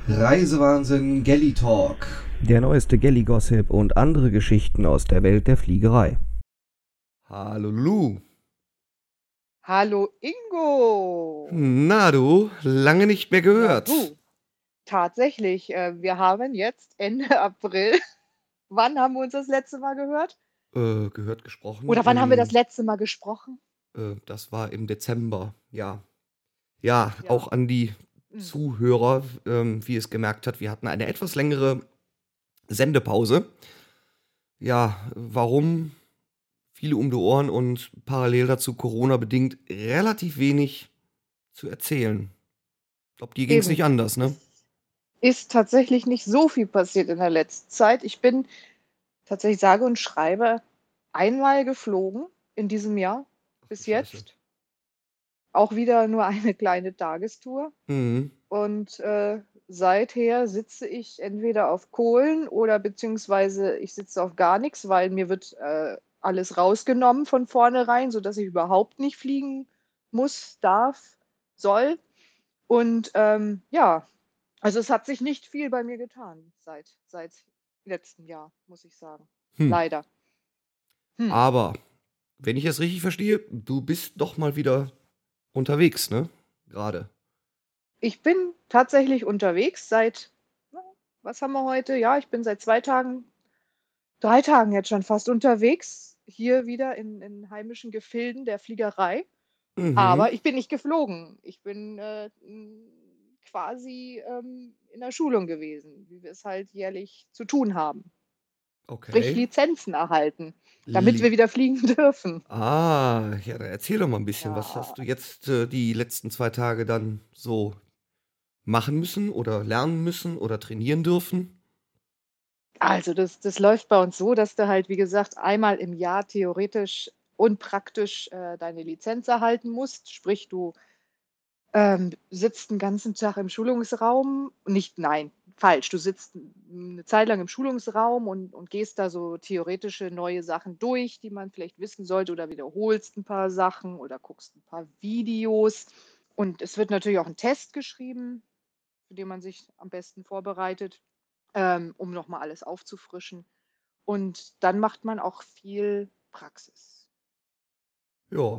Reisewahnsinn Galley Talk. Der neueste Galley-Gossip und andere Geschichten aus der Welt der Fliegerei. Hallo Lou. Hallo Ingo. Na du, lange nicht mehr Ja, gehört. du. Tatsächlich, wir haben jetzt Ende April. Wann haben wir uns das letzte Mal gehört? Gehört, gesprochen. Oder wann haben wir das letzte Mal gesprochen? Das war im Dezember, ja. Ja, Ja. auch an die Zuhörer, wie es gemerkt hat, wir hatten eine etwas längere Sendepause. Ja, warum? Viele um die Ohren und parallel dazu Corona-bedingt relativ wenig zu erzählen. Ich glaube, dir ging es Eben. nicht anders, ne? Ist tatsächlich nicht so viel passiert in der letzten Zeit. Ich bin tatsächlich sage und schreibe einmal geflogen in diesem Jahr bis Scheiße. jetzt. Auch wieder nur eine kleine Tagestour. Mhm. Und seither sitze ich entweder auf Kohlen oder beziehungsweise ich sitze auf gar nichts, weil mir wird alles rausgenommen von vornherein, sodass ich überhaupt nicht fliegen muss, darf, soll. Und ja, also es hat sich nicht viel bei mir getan seit letztem Jahr, muss ich sagen. Leider. Aber, wenn ich es richtig verstehe, du bist doch mal wieder unterwegs, ne? Gerade. Ich bin tatsächlich unterwegs seit, was haben wir heute? Ja, ich bin seit 3 Tagen jetzt schon fast unterwegs, hier wieder in heimischen Gefilden der Fliegerei. Aber ich bin nicht geflogen. Ich bin quasi in der Schulung gewesen, wie wir es halt jährlich zu tun haben. Sprich, Okay. Lizenzen erhalten, damit wir wieder fliegen dürfen. Ja, dann erzähl doch mal ein bisschen. Was Ja. hast du jetzt die letzten 2 Tage dann so machen müssen oder lernen müssen oder trainieren dürfen? Also das läuft bei uns so, dass du halt, wie gesagt, einmal im Jahr theoretisch und praktisch deine Lizenz erhalten musst. Sprich, du sitzt 'n ganzen Tag im Schulungsraum. Nein, falsch. Du sitzt 'ne Zeit lang im Schulungsraum und gehst da so theoretische neue Sachen durch, die man vielleicht wissen sollte, oder wiederholst ein paar Sachen oder guckst ein paar Videos. Und es wird natürlich auch ein Test geschrieben, für den man sich am besten vorbereitet, um noch mal alles aufzufrischen. Und dann macht man auch viel Praxis. Ja.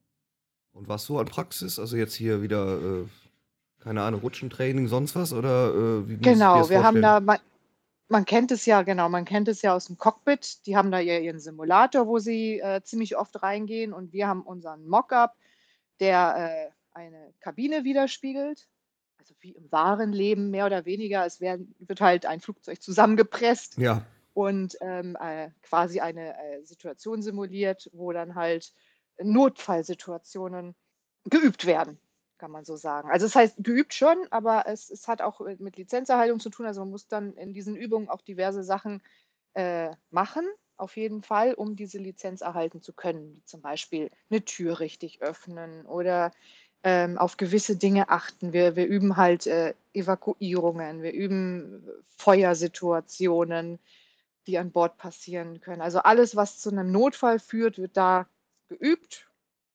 Und was so an Praxis? Also jetzt hier wieder, keine Ahnung, Rutschentraining, sonst was? Oder wie muss ich mir das Genau, wir haben vorstellen? da man kennt es ja, genau, man kennt es ja aus dem Cockpit. Die haben da ja ihren Simulator, wo sie ziemlich oft reingehen, und wir haben unseren Mockup, der eine Kabine widerspiegelt. Also wie im wahren Leben mehr oder weniger. Wird halt ein Flugzeug zusammengepresst Ja. und quasi eine Situation simuliert, wo dann halt Notfallsituationen geübt werden, kann man so sagen. Also es heißt geübt schon, aber es hat auch mit Lizenzerhaltung zu tun. Also man muss dann in diesen Übungen auch diverse Sachen machen, auf jeden Fall, um diese Lizenz erhalten zu können. Wie zum Beispiel eine Tür richtig öffnen oder auf gewisse Dinge achten. Wir üben halt Evakuierungen, wir üben Feuersituationen, die an Bord passieren können. Also alles, was zu einem Notfall führt, wird da geübt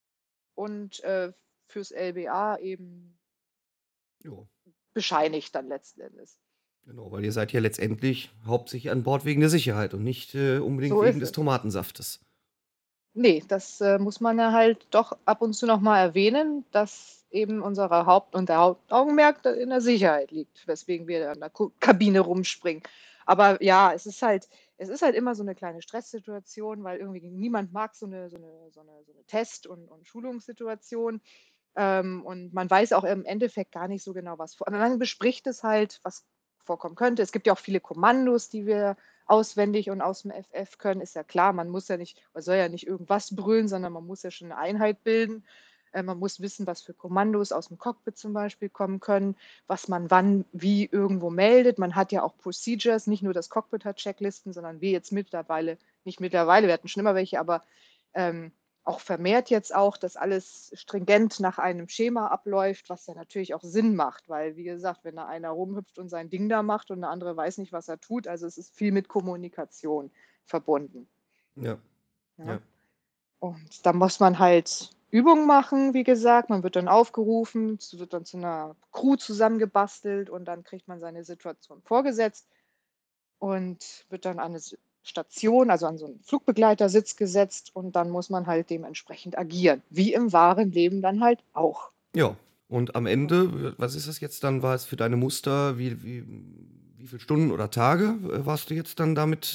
und fürs LBA eben Jo. bescheinigt dann letzten Endes. Genau, weil ihr seid ja letztendlich hauptsächlich an Bord wegen der Sicherheit und nicht unbedingt So wegen ist des es. Tomatensaftes. Nee, das muss man ja halt doch ab und zu noch mal erwähnen, dass eben unser Hauptaugenmerk da in der Sicherheit liegt, weswegen wir an der Kabine rumspringen. Aber ja, es ist halt immer so eine kleine Stresssituation, weil irgendwie niemand mag so eine Test und Schulungssituation. Und man weiß auch im Endeffekt gar nicht so genau, was vor man bespricht es halt, was vorkommen könnte. Es gibt ja auch viele Kommandos, die wir auswendig und aus dem FF können. Ist ja klar, man soll ja nicht irgendwas brüllen, sondern man muss ja schon eine Einheit bilden. Man muss wissen, was für Kommandos aus dem Cockpit zum Beispiel kommen können, was man wann wie irgendwo meldet. Man hat ja auch Procedures, nicht nur das Cockpit hat Checklisten, sondern wir jetzt mittlerweile, wir hatten schon immer welche, aber auch vermehrt jetzt auch, dass alles stringent nach einem Schema abläuft, was ja natürlich auch Sinn macht, weil, wie gesagt, wenn da einer rumhüpft und sein Ding da macht und der andere weiß nicht, was er tut, also es ist viel mit Kommunikation verbunden. Ja. Ja? Ja. Und da muss man halt Übungen machen, wie gesagt. Man wird dann aufgerufen, es wird dann zu einer Crew zusammengebastelt und dann kriegt man seine Situation vorgesetzt und wird dann an 'ne Station, also an so 'n Flugbegleitersitz gesetzt und dann muss man halt dementsprechend agieren, wie im wahren Leben dann halt auch. Ja. Und am Ende, was ist das jetzt dann? War es für deine Muster, wie viele Stunden oder Tage warst du jetzt dann damit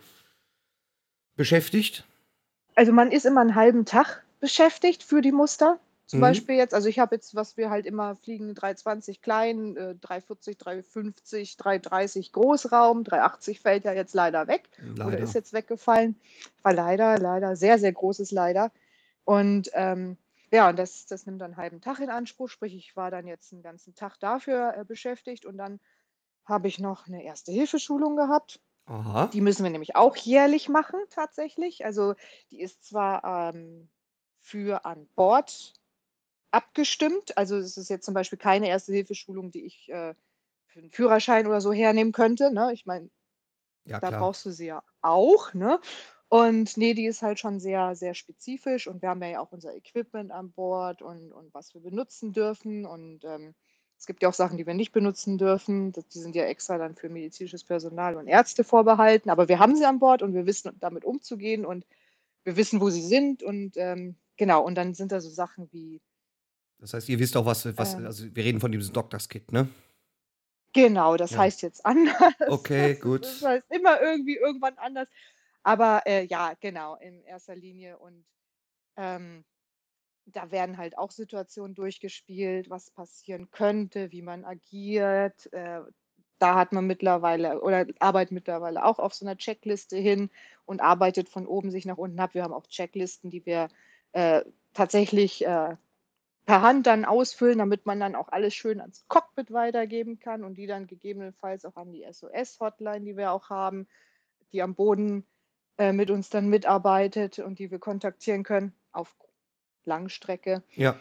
beschäftigt? Also, man ist immer 'n halben Tag beschäftigt für die Muster. Zum Mhm. Beispiel jetzt, also, ich habe jetzt, was wir halt immer fliegen, 320 klein, 340, 350, 330 Großraum. 380 fällt ja jetzt leider weg oder ist Leider. jetzt weggefallen. War leider, leider sehr, sehr großes Leider. Und, ja, und das nimmt dann 'n halben Tag in Anspruch, sprich, ich war dann jetzt 'n ganzen Tag dafür, beschäftigt und dann habe ich noch 'ne Erste-Hilfe-Schulung gehabt. Aha. Die müssen wir nämlich auch jährlich machen tatsächlich. Also, die ist zwar, für an Bord abgestimmt. Also, es ist jetzt zum Beispiel keine Erste-Hilfe-Schulung, die ich, für 'n Führerschein oder so hernehmen könnte, ne? Ich meine, Ja, da klar. brauchst du sie ja auch, ne? Und ne, die ist halt schon sehr, sehr spezifisch und wir haben ja auch unser Equipment an Bord und was wir benutzen dürfen und, es gibt ja auch Sachen, die wir nicht benutzen dürfen. Die sind ja extra dann für medizinisches Personal und Ärzte vorbehalten, aber wir haben sie an Bord und wir wissen damit umzugehen und wir wissen, wo sie sind und, genau. Und dann sind da so Sachen wie, Das heißt, ihr wisst auch, ähm also wir reden von diesem Doctors Kit, ne? genau, das Ja. heißt jetzt anders. Okay, Das gut. heißt immer irgendwie irgendwann anders. Aber, ja, genau, in erster Linie und, ähm, da werden halt auch Situationen durchgespielt, was passieren könnte, wie man agiert. Da hat man mittlerweile oder arbeitet mittlerweile auch auf so 'ner Checkliste hin und arbeitet von oben sich nach unten ab. Wir haben auch Checklisten, die wir, äh, tatsächlich, per Hand dann ausfüllen, damit man dann auch alles schön ans Cockpit weitergeben kann und die dann gegebenenfalls auch an die SOS-Hotline, die wir auch haben, die am Boden, mit uns dann mitarbeitet und die wir kontaktieren können auf Langstrecke. Ja.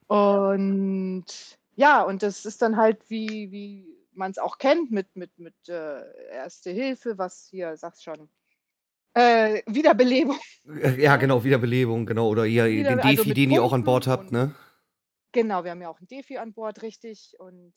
Und ja, und das ist dann halt, wie man es auch kennt mit, Erste Hilfe, was hier, sag's schon, Wiederbelebung, Ja, ne? genau, Wiederbelebung, genau. Oder ihr den Also Defi, mit den ihr auch an Pumpen Bord habt, und ne? genau, wir haben ja auch 'n Defi an Bord, richtig, und,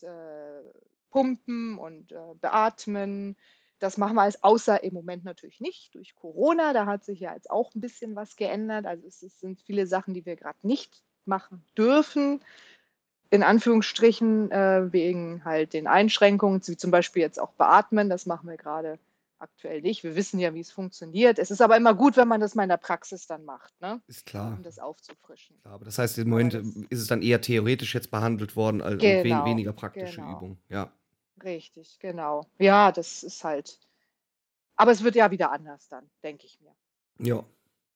Pumpen und, Beatmen. Das machen wir alles, außer im Moment natürlich nicht durch Corona. Da hat sich ja jetzt auch 'n bisschen was geändert. Also, es sind viele Sachen, die wir grad nicht machen dürfen, in Anführungsstrichen, wegen halt den Einschränkungen, wie zum Beispiel jetzt auch Beatmen. Das machen wir grade aktuell nicht. Wir wissen ja, wie's funktioniert. Es ist aber immer gut, wenn man das mal in der Praxis dann macht, ne, Ist klar. um das aufzufrischen. Klar, aber das heißt, im Aber Moment das ist es dann eher theoretisch jetzt behandelt worden und genau, weniger praktische genau. Übung. Ja. Richtig, genau. Ja, das ist halt, aber es wird ja wieder anders dann, denke ich mir. Ja.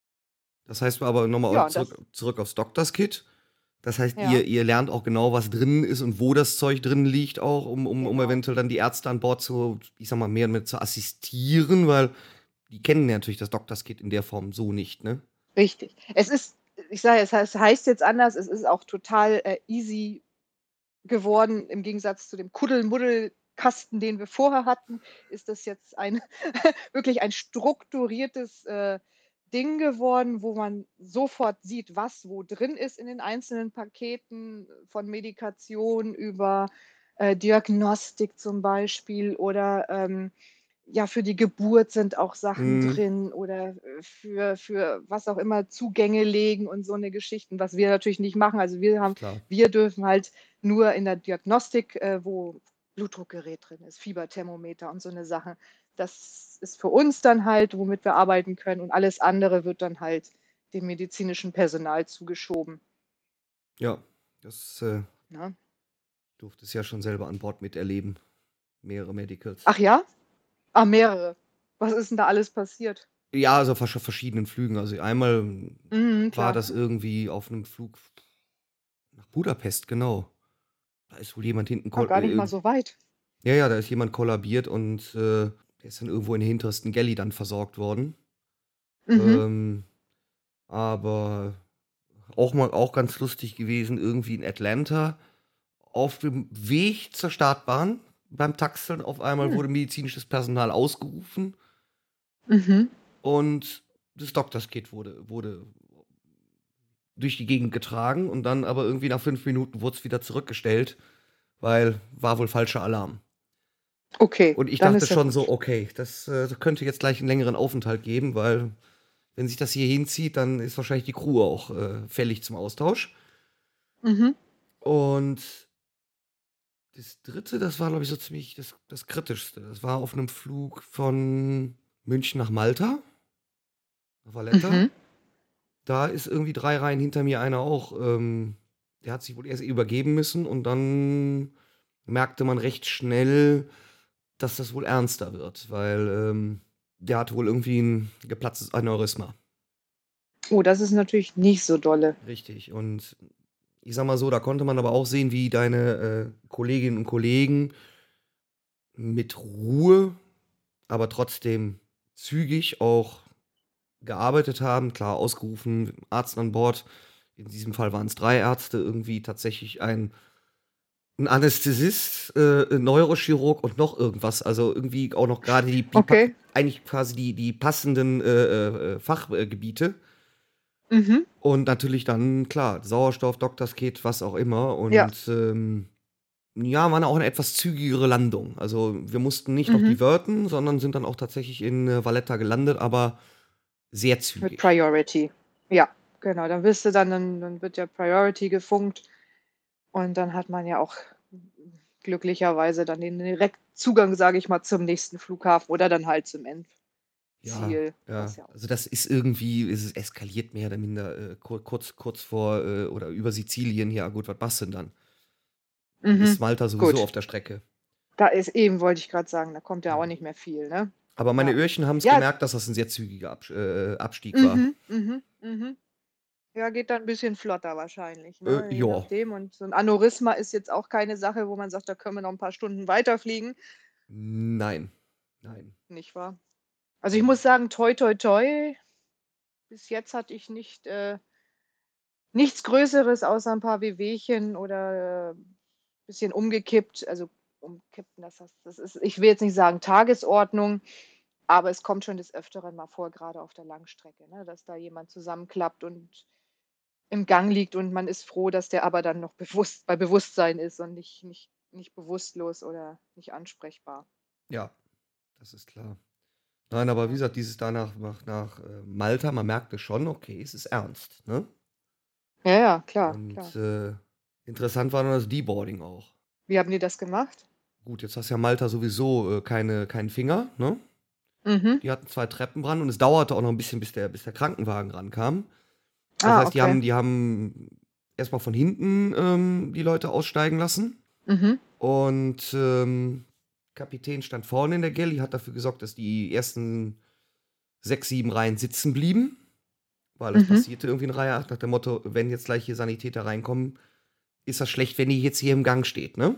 Das heißt aber Ja, nochmal und das zurück aufs Doctors Kit. Das heißt, ja, ihr lernt auch genau, was drin ist und wo das Zeug drin liegt auch, um genau, eventuell dann die Ärzte an Bord zu, ich sag mal, mehr mit zu assistieren, weil die kennen ja natürlich das Doctors Kit in der Form so nicht, ne? richtig. Es ist, ich sage, es heißt jetzt anders, es ist auch total, easy geworden. Im Gegensatz zu dem Kuddelmuddelkasten, den wir vorher hatten, ist das jetzt ein wirklich ein strukturiertes, Ding geworden, wo man sofort sieht, was wo drin ist in den einzelnen Paketen, von Medikation über, Diagnostik zum Beispiel oder, ja, für die Geburt sind auch Sachen Mhm, drin oder, für was auch immer, Zugänge legen und so 'ne Geschichten, was wir natürlich nicht machen. Also, ist klar. wir dürfen halt nur in der Diagnostik, wo Blutdruckgerät drin ist, Fieberthermometer und so 'ne Sachen. Das ist für uns dann halt, womit wir arbeiten können und alles andere wird dann halt dem medizinischen Personal zugeschoben, Ja, das ne? durfte es ja schon selber an Bord miterleben. Mehrere Medicals. Ach ja? Ah, mehrere. Was ist 'n da alles passiert? Ja, also auf verschiedenen Flügen. Also einmal Mhm, war klar. das irgendwie auf einem Flug nach Budapest, genau. Da ist wohl jemand hinten Ah, gar nicht mal so weit. ja, ja, da ist jemand kollabiert und, der ist dann irgendwo in der hintersten Galley dann versorgt worden. Mhm. Ähm, aber auch ganz lustig gewesen, irgendwie in Atlanta auf dem Weg zur Startbahn beim Taxeln auf einmal Hm. wurde medizinisches Personal ausgerufen Mhm. und das Doctors Kit wurde durch die Gegend getragen und dann aber irgendwie nach 5 Minuten wurde es wieder zurückgestellt, weil war wohl falscher Alarm. Okay, Und ich dann dachte ist ja schon gut. so, okay, das könnte jetzt gleich einen längeren Aufenthalt geben, weil wenn sich das hier hinzieht, dann ist wahrscheinlich die Crew auch fällig zum Austausch. Mhm. Und das dritte, das war, glaube ich, so ziemlich das Kritischste. Das war auf einem Flug von München nach Malta, nach Valletta. Mhm. Da ist irgendwie 3 Reihen hinter mir einer auch, der hat sich wohl erst übergeben müssen und dann merkte man recht schnell, dass das wohl ernster wird, weil der hatte wohl irgendwie ein geplatztes Aneurysma. Oh, das ist natürlich nicht so dolle. Richtig. Und ich sag mal so, da konnte man aber auch sehen, wie deine Kolleginnen und Kollegen mit Ruhe, aber trotzdem zügig auch gearbeitet haben. Klar, ausgerufen, Arzt an Bord. In diesem Fall waren es 3 Ärzte, irgendwie tatsächlich ein Anästhesist, 'n Neurochirurg und noch irgendwas. Also, irgendwie auch noch gerade Okay. eigentlich quasi die passenden, Fachgebiete. Mhm. Und natürlich dann, klar, Sauerstoff, Doktorskit, was auch immer. Ja. Und, ja, war dann auch eine etwas zügigere Landung. Also, wir mussten nicht noch Mhm. die Wörten, sondern sind dann auch tatsächlich in, Valletta gelandet, aber sehr Mit zügig. Priority. Ja, genau. Dann wird ja Priority gefunkt und dann hat man ja auch glücklicherweise dann den Direktzugang, sage ich mal, zum nächsten Flughafen oder dann halt zum Ja, Endziel, was ja. ja auch Also, das ist irgendwie es eskaliert mehr oder minder, kurz vor, oder über Sizilien. Ja gut, was machst du denn dann? Dann ist mhm. Malta sowieso Gut. auf der Strecke. Da ist eben wollte ich gerade sagen, da kommt ja Ja. auch nicht mehr viel, ne? Aber meine Ja. Öhrchen haben's Ja, gemerkt, dass das 'n sehr zügiger Abstieg war. mhm, mhm, mhm. Ja, geht dann 'n bisschen flotter wahrscheinlich, ne, je Ja. nachdem. Und so 'n Aneurysma ist jetzt auch keine Sache, wo man sagt, da können wir noch 'n paar Stunden weiterfliegen, Nein. Nein. nicht wahr? Also, ich Nein. muss sagen, toi, toi, toi, bis jetzt hatte ich nichts Größeres außer 'n paar Wehwehchen oder, bisschen umgekippt. Also, umkippen, das ist, ich will jetzt nicht sagen Tagesordnung, aber es kommt schon des Öfteren mal vor, grade auf der Langstrecke, ne, dass da jemand zusammenklappt und im Gang liegt und man ist froh, dass der aber dann noch bei Bewusstsein ist und nicht bewusstlos oder nicht ansprechbar, Ja, das ist klar. Nein, aber wie ne? gesagt, dieses da nach Malta, man merkte schon, okay, es ist ernst, ne? Ja, ja, klar, Und, klar. interessant war dann das Deboarding auch. Wie haben die das gemacht? Gut, jetzt hast ja Malta sowieso, keinen Finger, ne? Mhm. Die hatten 2 Treppen dran und es dauerte auch noch 'n bisschen, bis der Krankenwagen rankam. Das Ah, heißt, die okay. haben erst mal von hinten, die Leute aussteigen lassen Mhm. und, Kapitän stand vorne in der Galley, hat dafür gesorgt, dass die ersten 6, 7 Reihen sitzen blieben, weil das Mhm. passierte irgendwie in Reihe 8 nach dem Motto: „Wenn jetzt gleich hier Sanitäter reinkommen, ist das schlecht, wenn die jetzt hier im Gang steht“, ne?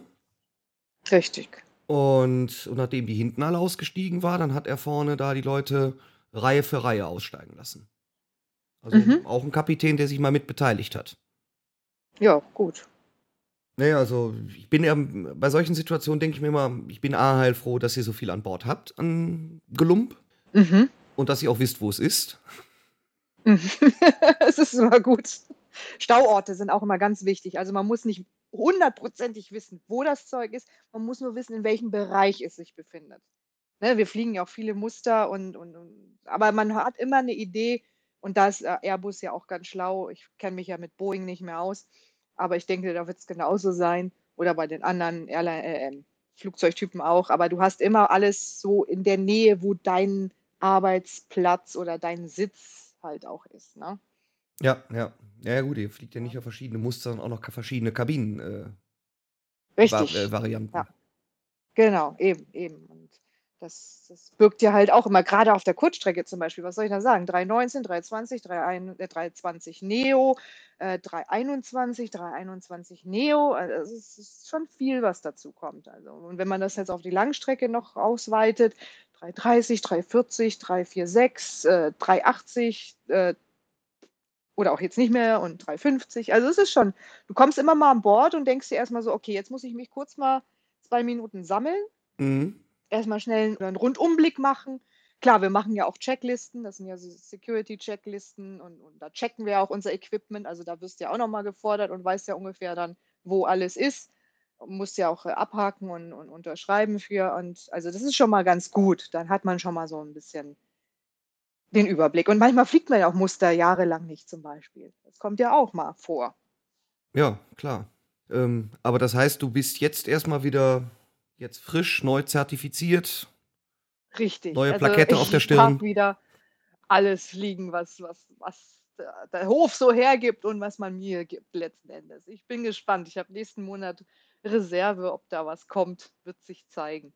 Richtig. Und nachdem die hinten alle ausgestiegen war, dann hat er vorne da die Leute Reihe für Reihe aussteigen lassen. Also, Mhm. auch 'n Kapitän, der sich mal mit beteiligt hat. Ja, gut. Ne, also, ich bin bei solchen Situationen denke ich mir immer, ich bin A heilfroh, dass ihr so viel an Bord habt an Gelump Mhm. und dass ihr auch wisst, wo es ist. Mhm. Es ist immer gut. Stauorte sind auch immer ganz wichtig. Also, man muss nicht hundertprozentig wissen, wo das Zeug ist. Man muss nur wissen, in welchem Bereich es sich befindet. Ne, wir fliegen ja auch viele Muster und aber man hat immer 'ne Idee und da ist, Airbus ja auch ganz schlau. Ich kenne mich ja mit Boeing nicht mehr aus, aber ich denke, da wird's genauso sein oder bei den anderen Flugzeugtypen auch. Aber du hast immer alles so in der Nähe, wo dein Arbeitsplatz oder dein Sitz halt auch ist, ne? Ja, ja. Ja, ja gut, ihr fliegt ja nicht Ja. auf verschiedene Muster, sondern auch noch verschiedene Kabinen, Richtig. Ja, Varianten. genau, eben, eben. Und das birgt ja halt auch immer grade auf der Kurzstrecke zum Beispiel, was soll ich da sagen? 319, 320, 320 Neo, 321, 321 Neo. Es ist schon viel, was dazukommt. Also, und wenn man das jetzt auf die Langstrecke noch ausweitet, 330, 340, 346, 380, oder auch jetzt nicht mehr und 350. Also, es ist schon, du kommst immer mal an Bord und denkst dir erst mal so: „Okay, jetzt muss ich mich kurz mal 2 Minuten sammeln, Mhm. erst mal schnell 'n Rundumblick machen.“ Klar, wir machen ja auch Checklisten, das sind ja so Security-Checklisten und da checken wir auch unser Equipment. Also da wirst du ja auch nochmal gefordert und weißt ja ungefähr dann, wo alles ist. Und musst ja auch abhaken und unterschreiben für. Und also das ist schon mal ganz gut. Dann hat man schon mal so ein bisschen den Überblick. Und manchmal fliegt man ja auch Muster jahrelang nicht zum Beispiel. Das kommt ja auch mal vor. Ja, klar. Aber das heißt, du bist jetzt erstmal wieder jetzt frisch, neu zertifiziert, Richtig. neue Also Plakette auf der ich darf Stirn. wieder alles fliegen, was der Hof so hergibt und was man mir gibt letzten Endes. Ich bin gespannt. Ich habe nächsten Monat Reserve, ob da was kommt, wird sich zeigen.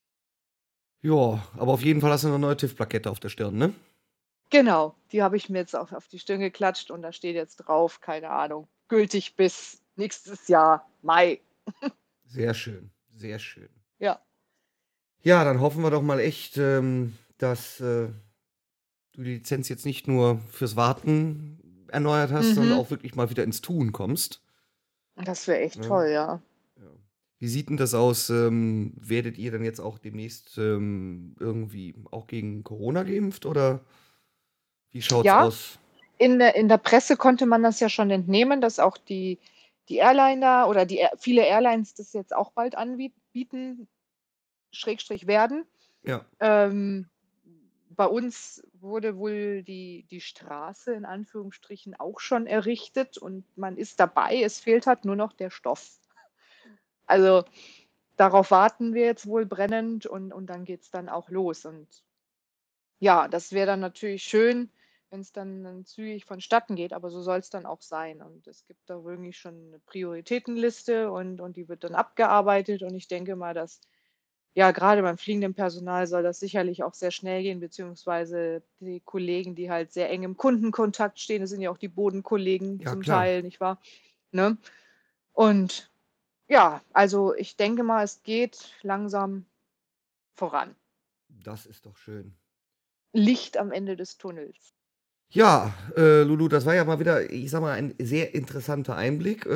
Ja, aber auf jeden Fall hast du eine neue TÜV-Plakette auf der Stirn, ne? Genau, die habe ich mir jetzt auf die Stirn geklatscht und da steht jetzt drauf, keine Ahnung, gültig bis nächstes Jahr, Mai. Sehr schön, sehr schön. Ja, Ja, dann hoffen wir doch mal echt, dass du die Lizenz jetzt nicht nur fürs Warten erneuert hast, sondern mhm. auch wirklich mal wieder ins Tun kommst. Das wäre echt Ne? toll, ja. Ja. Wie sieht denn das aus? Werdet ihr dann jetzt auch demnächst irgendwie auch gegen Corona geimpft oder wie schaut's Ja, aus? in der Presse konnte man das ja schon entnehmen, dass auch die Airliner oder viele Airlines das jetzt auch bald anbieten, Schrägstrich werden. Ja, Ähm, bei uns wurde wohl die Straße in Anführungsstrichen auch schon errichtet und man ist dabei. Es fehlt halt nur noch der Stoff. Also darauf warten wir jetzt wohl brennend und dann geht es dann auch los. Und ja, das wäre dann natürlich schön, wenn es dann zügig vonstatten geht, aber so soll es dann auch sein. Und es gibt da wirklich schon eine Prioritätenliste und die wird dann abgearbeitet. Und ich denke mal, dass ja, gerade beim fliegenden Personal soll das sicherlich auch sehr schnell gehen, beziehungsweise die Kollegen, die halt sehr eng im Kundenkontakt stehen, das sind ja auch die Bodenkollegen ja zum klar. Teil, nicht wahr? Ne? Und ja, also ich denke mal, es geht langsam voran. Das ist doch schön. Licht am Ende des Tunnels. Ja, Lulu, das war ja mal wieder, ich sag mal, ein sehr interessanter Einblick.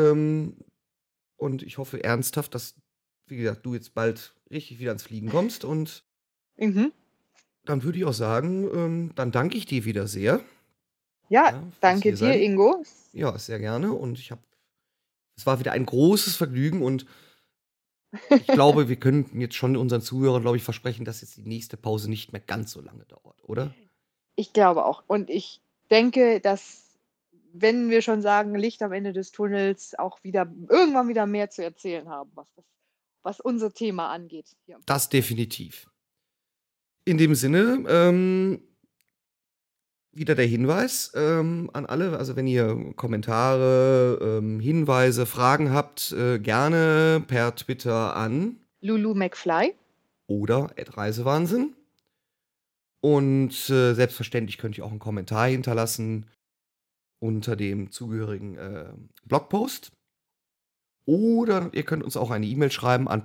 Und ich hoffe ernsthaft, dass, wie gesagt, du jetzt bald richtig wieder ans Fliegen kommst. Und Mhm. dann würde ich auch sagen, dann danke ich dir wieder sehr, Ja, ja, fürs danke hier dir, sein. Ingo. Ja, sehr gerne. Und es war wieder ein großes Vergnügen. Und ich glaube, wir können jetzt schon unseren Zuhörern, glaube ich, versprechen, dass jetzt die nächste Pause nicht mehr ganz so lange dauert, oder? Ich glaube auch. Und ich denke, dass, wenn wir schon sagen, Licht am Ende des Tunnels, auch wieder irgendwann wieder mehr zu erzählen haben, was unser Thema angeht hier im Das Podcast. definitiv. In dem Sinne, wieder der Hinweis an alle, also wenn ihr Kommentare, Hinweise, Fragen habt, gerne per Twitter an Lulu McFly. oder @Reisewahnsinn. Und selbstverständlich könnt ihr auch einen Kommentar hinterlassen unter dem zugehörigen Blogpost. Oder ihr könnt uns auch eine E-Mail schreiben an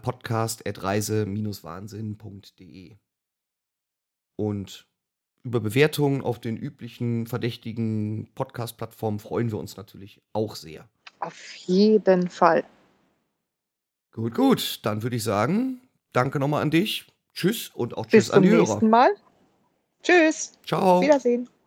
podcast@reise-wahnsinn.de. Und über Bewertungen auf den üblichen verdächtigen Podcast-Plattformen freuen wir uns natürlich auch sehr. Auf jeden Fall. Gut, gut. Dann würde ich sagen, danke nochmal an dich. Tschüss und auch tschüss Bis an zum die Hörer. nächsten Mal. Tschüss. Auf Ciao. Wiedersehen.